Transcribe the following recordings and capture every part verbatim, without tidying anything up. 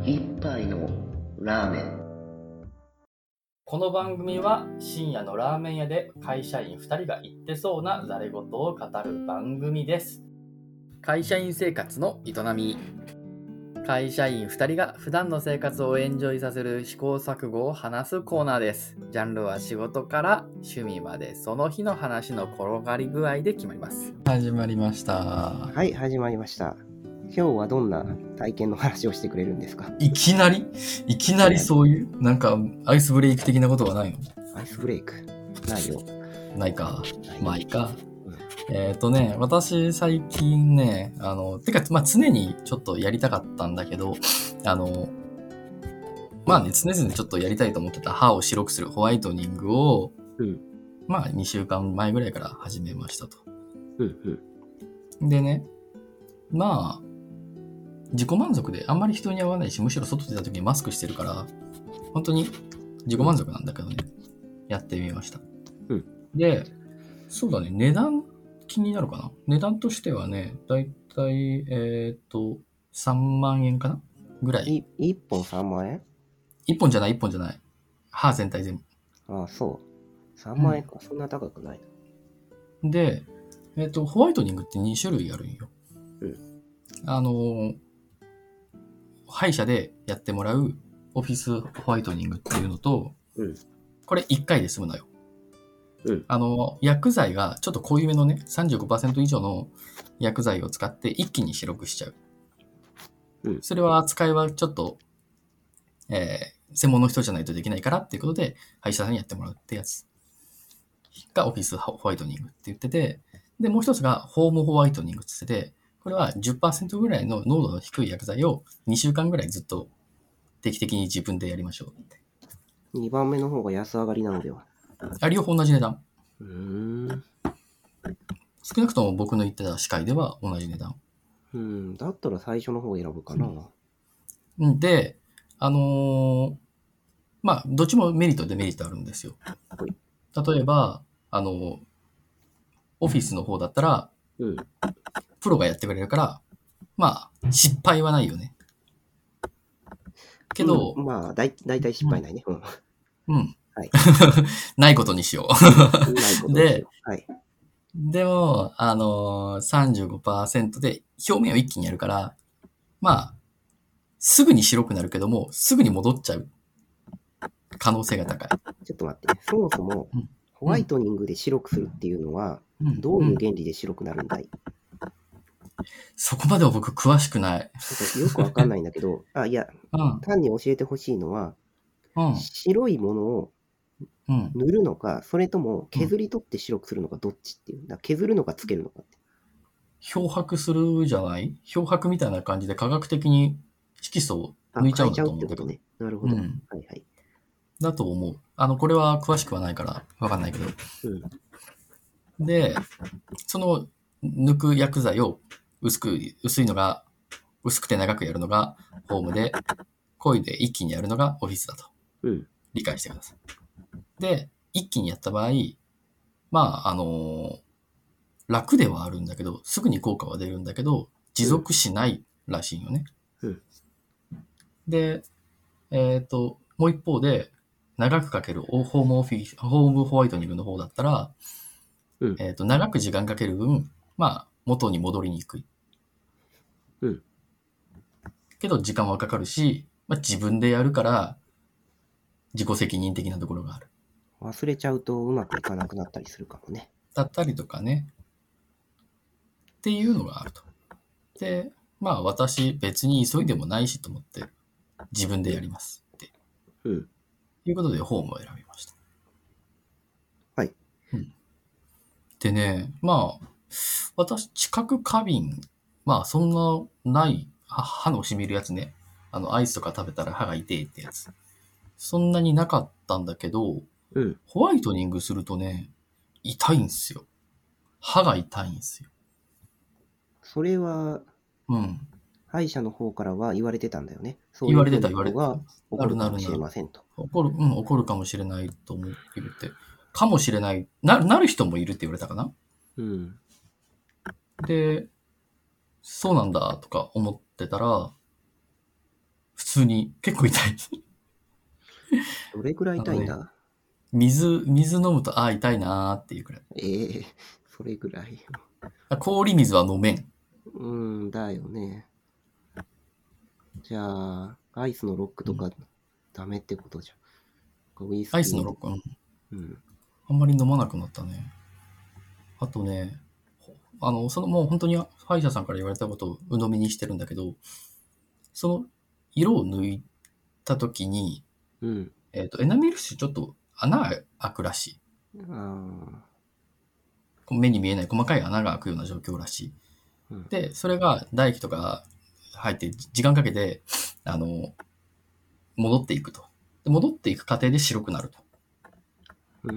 一杯のラーメン。 この番組は深夜のラーメン屋で会社員ふたりが言ってそうなざれ言を語る番組です。会社員生活の営み。会社員ふたりが普段の生活をエンジョイさせる試行錯誤を話すコーナーです。ジャンルは仕事から趣味までその日の話の転がり具合で決まります。始まりました。 はい、始まりました。今日はどんな体験の話をしてくれるんですか？ いきなりいきなりそういうなんかアイスブレイク的なことはないの？ アイスブレイクないよ。 ないか。まあいいか。えっとね、私最近ね、あの、てか、まあ常にちょっとやりたかったんだけど、あの、まあね、常々ちょっとやりたいと思ってた歯を白くするホワイトニングを、 うん、 まあにしゅうかんまえぐらいから始めましたと。 うんうん、でね、まあ、自己満足であんまり人に合わないし、むしろ外出た時にマスクしてるから、本当に自己満足なんだけどね、やってみました。 うん、 で、そうだね、値段気になるかな。値段としてはね、だいたい、えっと、さんまんえんかなぐらい。 いいっぽんさんまんえん？ いっぽんじゃない、いっぽんじゃない。歯全体全部。ああ、そう。さんまんえんか、うん、そんな高くない。 で、えっと、ホワイトニングってに種類あるんよ。 うん。 あの、歯医者でやってもらうオフィスホワイトニングっていうのと、 うん、 これいっかいで済むのよ。 うん、 あの、薬剤がちょっと濃いめのね、さんじゅうごパーセント 以上の薬剤を使って一気に白くしちゃう。 うん、 それは扱いはちょっと、えー、専門の人じゃないとできないからっていうことで、歯医者さんにやってもらうってやつがオフィスホワイトニングって言ってて、で、もう一つがホームホワイトニングって言ってて、これは じゅっパーセント ぐらいの濃度の低い薬剤をにしゅうかんぐらいずっと定期的に自分でやりましょうって。 にばんめの方が安上がりなのでは？ あ、両方同じ値段。 うーん。 少なくとも僕の言ってた歯科医では同じ値段。 うん、だったら最初の方を選ぶかな。 うん、で、あのー、まあ、どっちもメリット、デメリットあるんですよ。例えば、あの、オフィスの方だったら、 うん、 プロがやってくれるから、まあ、失敗はないよね。けど、 うん、まあ、だいたい失敗ないね。 うん。うん。 はい、 ないことにしよう。ないことにしよう。 で、 はい、 でも、あのー、さんじゅうごパーセント で表面を一気にやるから、まあ、すぐに白くなるけども、すぐに戻っちゃう可能性が高い。 ちょっと待って。そもそも、うん、ホワイトニングで白くするっていうのは、うん、どういう原理で白くなるんだい？うん、 そこまでは僕詳しくない。 よくわかんないんだけど、あ、いや、 うん、 単に教えてほしいのは、うん、白いものを塗るのか、うん、それとも削り取って白くするのか、どっちっていう。だ削るのかつけるのかって。 漂白するじゃない？漂白みたいな感じで科学的に色素を抜いちゃうんだと思うけど。 ね。なるほど。うん、はいはい。 だと思う。あの、これは詳しくはないからわかんないけど。うん、で、その抜く薬剤を薄く、薄いのが、薄くて長くやるのがホームで、濃いで一気にやるのがオフィスだと。 うん、 理解してください。で、一気にやった場合、まあ、あのー、楽ではあるんだけど、すぐに効果は出るんだけど、持続しないらしいよね。 うん、 で、えっと、もう一方で、長くかけるホームオフィス、ホームホワイトニングの方だったら、うん、えっと、長く時間かける分、まあ、元に戻りにくい。 うん。 けど、時間はかかるし、まあ、自分でやるから、自己責任的なところがある。 忘れちゃうとうまくいかなくなったりするかもね。 だったりとかね。っていうのがあると。で、まあ私別に急いでもないしと思って自分でやりますって。 うん。 いうことでホームを選びました。 はい。 うん。でね、まあ、私知覚過敏、まあそんなない、歯の染みるやつね。あのアイスとか食べたら歯が痛いってやつ。そんなになかったんだけど、 うん、 ホワイトニングするとね、痛いんですよ。歯が痛いんですよ。 それは、 うん。 歯医者の方からは言われてたんだよね。そう言われてた言われてた。 起こるかもしれませんと。 起こる、うん、起こるかもしれないと思って言って。かもしれない。な、なる人もいるって言われたかな。 うん。 で、そうなんだとか思ってたら、普通に結構痛い。 どれぐらい痛いんだ、ね、 水、水飲むと、ああ、痛いなーっていうくらい。 ええー、それぐらい。 氷水は飲めん。 うんだよね。じゃあ、アイスのロックとかダメってことじゃん。ウイスキーアイスのロック、 うん。 あんまり飲まなくなったね。あとね、あの、そのもう本当に歯医者さんから言われたことを鵜呑みにしてるんだけど、その色を抜いたときに、 うん、 えっと、エナメル紙ちょっと穴が開くらしい。 あ目に見えない細かい穴が開くような状況らしい。 うん、 で、それが唾液とか入って時間かけて、あの、戻っていくと。で戻っていく過程で白くなると。 うん。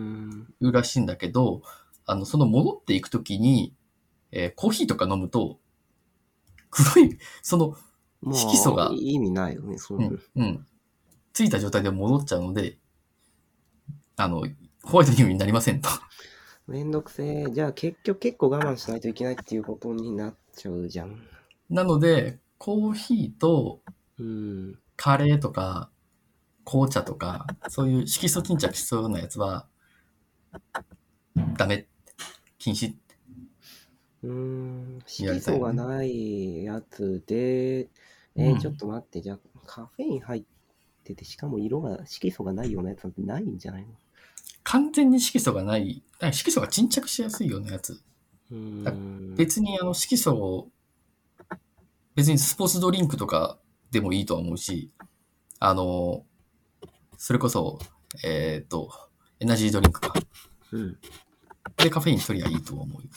いうらしいんだけど、あの、その戻っていくときに、えー、コーヒーとか飲むと、黒い、その、色素が、 まあ、意味ないよね、その、 うん、うん。ついた状態で戻っちゃうので、あの、ホワイトニングになりませんと。 めんどくせえ。じゃあ結局結構我慢しないといけないっていうことになっちゃうじゃん。 なので、コーヒーと、カレーとか、紅茶とか、そういう色素巾着しそうなやつは、ダメ。禁止。 うーん、色素がないやつで、えー、ちょっと待って、じゃあカフェイン入ってて、しかも色が、色素がないようなやつなんてないんじゃないの？ 完全に色素がない、色素が沈着しやすいようなやつ。 うーん別にあの色素を、別にスポーツドリンクとかでもいいとは思うし、あの、それこそ、えっと、エナジードリンクか。 うん。 で、カフェイン取りゃいいと思うよ。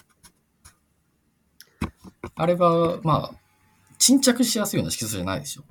あれは、まあ、沈着しやすいような色素じゃないでしょ。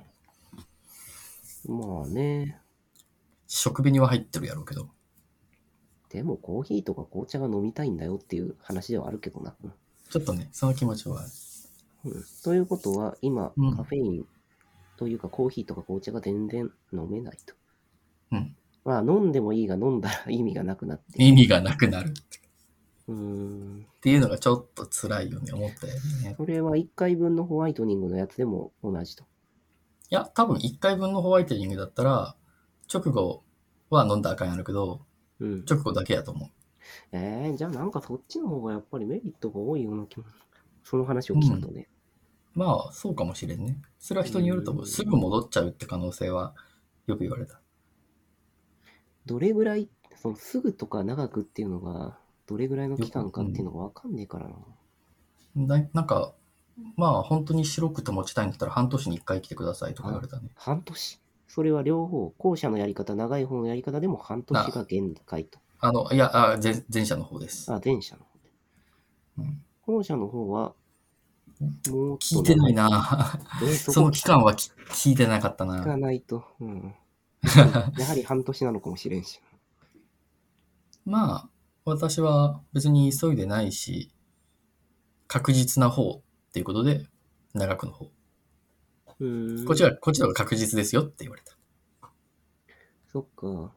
まあね。 食紅は入ってるやろうけど。 でもコーヒーとか紅茶が飲みたいんだよっていう話ではあるけどな。うん、 ちょっとね、その気持ちはある。 うん、ということは、今、うん、カフェインというかコーヒーとか紅茶が全然飲めないと。 うん。 まあ、飲んでもいいが飲んだら意味がなくなって。 意味がなくなる。 うーん。 っていうのがちょっと辛いよね、思ったよね。 それはいっかいぶんのホワイトニングのやつでも同じと。 いや、多分いっかいぶんのホワイトニングだったら、直後は飲んだらあかんやるけど、うん、直後だけやと思う。 えー、じゃあなんかそっちの方がやっぱりメリットが多いような気も。その話を聞くとね。 うん、まあ、そうかもしれんね。それは人によると思う。すぐ戻っちゃうって可能性はよく言われた。 どれぐらい、そのすぐとか長くっていうのが、どれぐらいの期間かっていうのがわかんねえからな。 うん、ななんか、まあ本当に白く保ちたいんだったら半年にいっかい来てくださいとか言われたね。 半年。それは両方、後者のやり方、長い方のやり方でも半年が限界と。 ああの、いや、あ前、前者の方です。 あ、前者の方で。うん、後者の方は、 もう聞いてないなその期間は聞いてなかったな。 聞かないと。うん、やはり半年なのかもしれんし。 まあ、私は別に急いでないし、確実な方っていうことで、長くの方。うんこっちは、こっちの方が確実ですよって言われた。 そっか。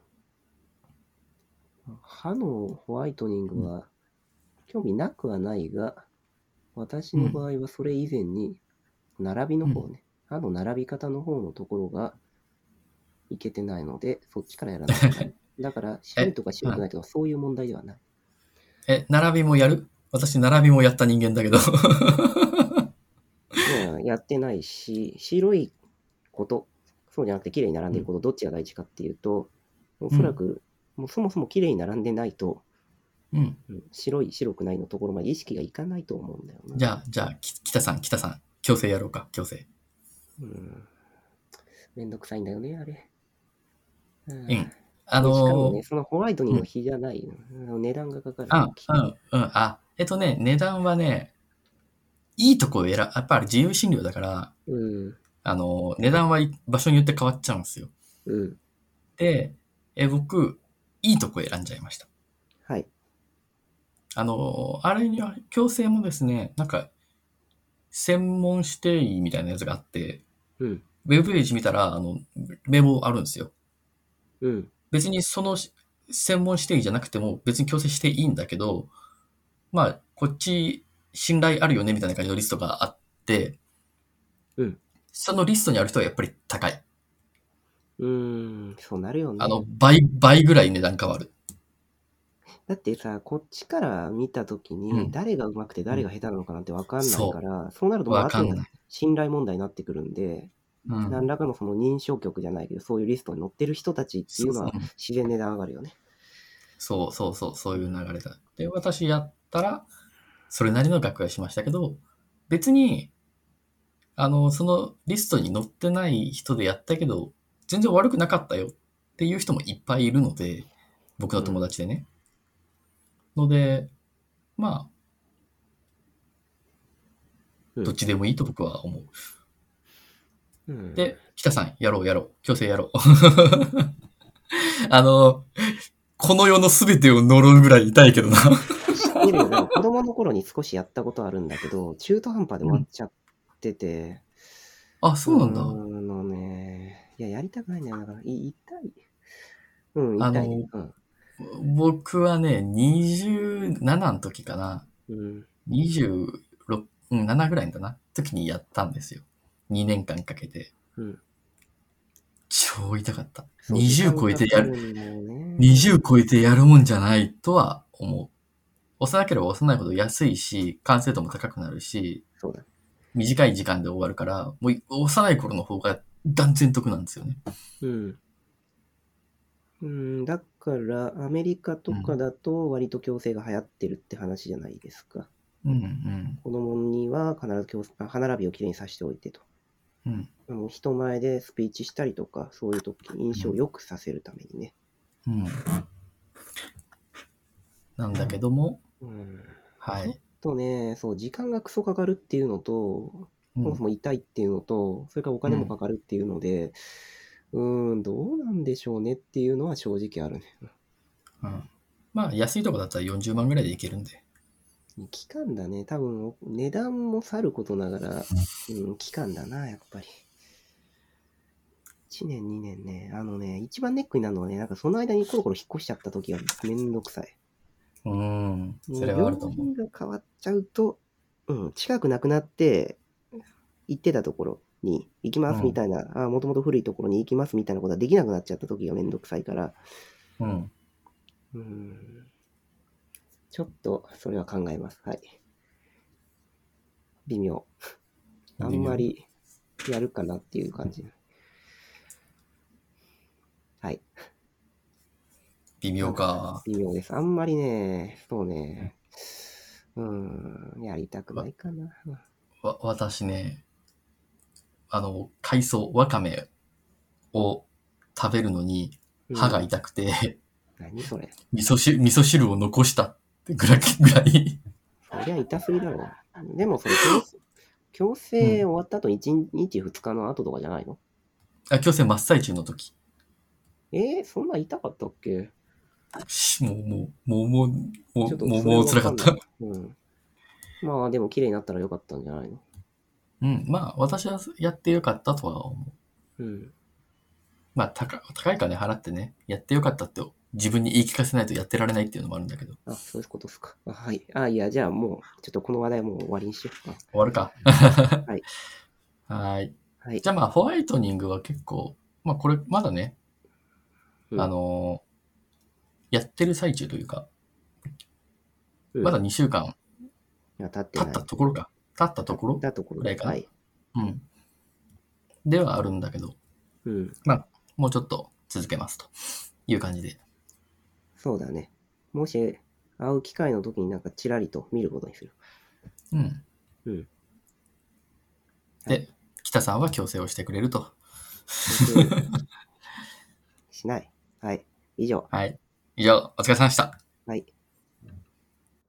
歯のホワイトニングは興味なくはないが、うん、私の場合はそれ以前に、並びの方ね、うん、歯の並び方の方のところがいけてないので、そっちからやらないといけない。だから、白いとか白くないとか、そういう問題ではない。 え、並びもやる？私、並びもやった人間だけど。 いや、やってないし、白いこと、そうじゃなくて綺麗に並んでいること、どっちが大事かっていうと、おそらく、うん、もうそもそも綺麗に並んでないと、うん、白い、白くないのところまで意識がいかないと思うんだよな。 じゃあ、じゃあ、北さん、北さん、矯正やろうか、矯正。 うん。めんどくさいんだよね、あれ。 うん。あのー、 しかもね、そのホワイトニングの日じゃない、うん、値段がかかる。 あ、うん、うん。あ、えっとね、値段はね、いいとこを選、やっぱり自由診療だから、うん、あの、値段は場所によって変わっちゃうんですよ。うん、で、え、僕、いいとこ選んじゃいました。はい。あの、あれには、矯正もですね、なんか、専門指定医みたいなやつがあって、うん、ウェブページ見たら、あの、名簿あるんですよ。うん、別にその専門指定医じゃなくても、別に矯正していいんだけど、まあ、こっち、信頼あるよねみたいな感じのリストがあって、うん、そのリストにある人はやっぱり高い。 ん、そうなるよね。 あの、倍、倍ぐらい値段変わる。 だってさ、こっちから見たときうに、 ん誰が上手くて誰が下手なのかなんて分かんないから、そうなるともうあとわかんない。 信頼問題になってくるんで、 うん。 何らかのその認証局じゃないけど、そういうリストに載ってる人たちっていうのはそう自然値段上がるよね。 そうそうそう、そういう流れだ。で、私やったら、それなりの額がしましたけど、別に、あの、そのリストに載ってない人でやったけど、全然悪くなかったよっていう人もいっぱいいるので、僕の友達でね。ので、まあ、 うんどっちでもいいと僕は思う。 うん、 で、北さん、やろうやろう。強制やろう。あの、この世のすべてを呪うぐらい痛いけどな。 知ってるよ。でも子供の頃に少しやったことあるんだけど、中途半端で終わっちゃってて。 あ、そうなんだ。 うーんのね。いや、やりたくないんだよ。だから、い痛い。うん、 あ痛い、ね。 の、 うん。 僕はね、にじゅうななの時かな。 うん。 にじゅうろく、うん、ななぐらいだな。時にやったんですよ。にねんかんかけて。 うん。 超痛かった。 そうにじゅう超えてやる、 時間かかるんだよね。 にじゅう超えてやるもんじゃないとは思う。幼ければ幼いほど安いし、完成度も高くなるし、 そうだ。 短い時間で終わるから、もう幼い頃の方が断然得なんですよね。 うん。うん、だから、アメリカとかだと割と矯正が流行ってるって話じゃないですか。 うんうん。 子供には必ず矯正あ歯並びをきれいにさせておいてと。 うん。 あの人前でスピーチしたりとか、そういう時印象を良くさせるためにね。 うん。なんだけども、 うん。ちょっはい。 とね、そう、時間がクソかかるっていうのと、 うんそもそも痛いっていうのと、それからお金もかかるっていうので、うーん、どうなんでしょうねっていうのは正直あるね。 うん。まあ、安いとこだったらよんじゅうまんぐらいでいけるんで。 期間だね。多分、値段もさることながら、うん、期間だな、やっぱり。いちねん、にねんね。あのね、一番ネックになるのはね、なんかその間にコロコロ引っ越しちゃった時がめんどくさい。 うん。それはあると思う。 病院が変わっちゃうと、うん、近くなくなって、行ってたところに行きますみたいな、うん、あ、もともと古いところに行きますみたいなことはできなくなっちゃった時がめんどくさいから、 うん。 うん。ちょっと、それは考えます。はい。微妙。あんまりやるかなっていう感じ。はい。 微妙か。 微妙です。あんまりね、そうね、うん、やりたくないかな。 わ、私ね、あの、海藻、わかめを食べるのに歯が痛くて、 うん、何それ味噌汁、味噌汁を残したってぐらい、ぐらい。 そりゃ痛すぎだろう。でもそれ、矯正終わった後いちにちふつかの後とかじゃないの？ あ、矯正真っ最中の時。 えー、そんな痛かったっけ？ もう、もう、もう、もう、もう、もう、もう辛かった。 うん。まあ、でも綺麗になったらよかったんじゃないの？ うん、まあ、私はやってよかったとは思う。うん。 まあ、高、高い金払ってね、やってよかったって自分に言い聞かせないとやってられないっていうのもあるんだけど。 あ、そういうことですか。あ、はい。あ、いや、じゃあもう、ちょっとこの話題はもう終わりにしよう。 終わるか。 はい。 はい。 はい。 じゃあまあ、ホワイトニングは結構、まあこれ、まだね、うん、あのー、やってる最中というか、うん、まだにしゅうかん経ったところか。経ったところぐらいかな。はい。うん。ではあるんだけど、 うん。 まあ、もうちょっと続けますという感じで。 そうだね。もし会う機会の時になんかちらりと見ることにする。 うん。うん。で、はい、北さんは矯正をしてくれると。 しない。はい。以上。 はい。以上、お疲れ様でした。 はい。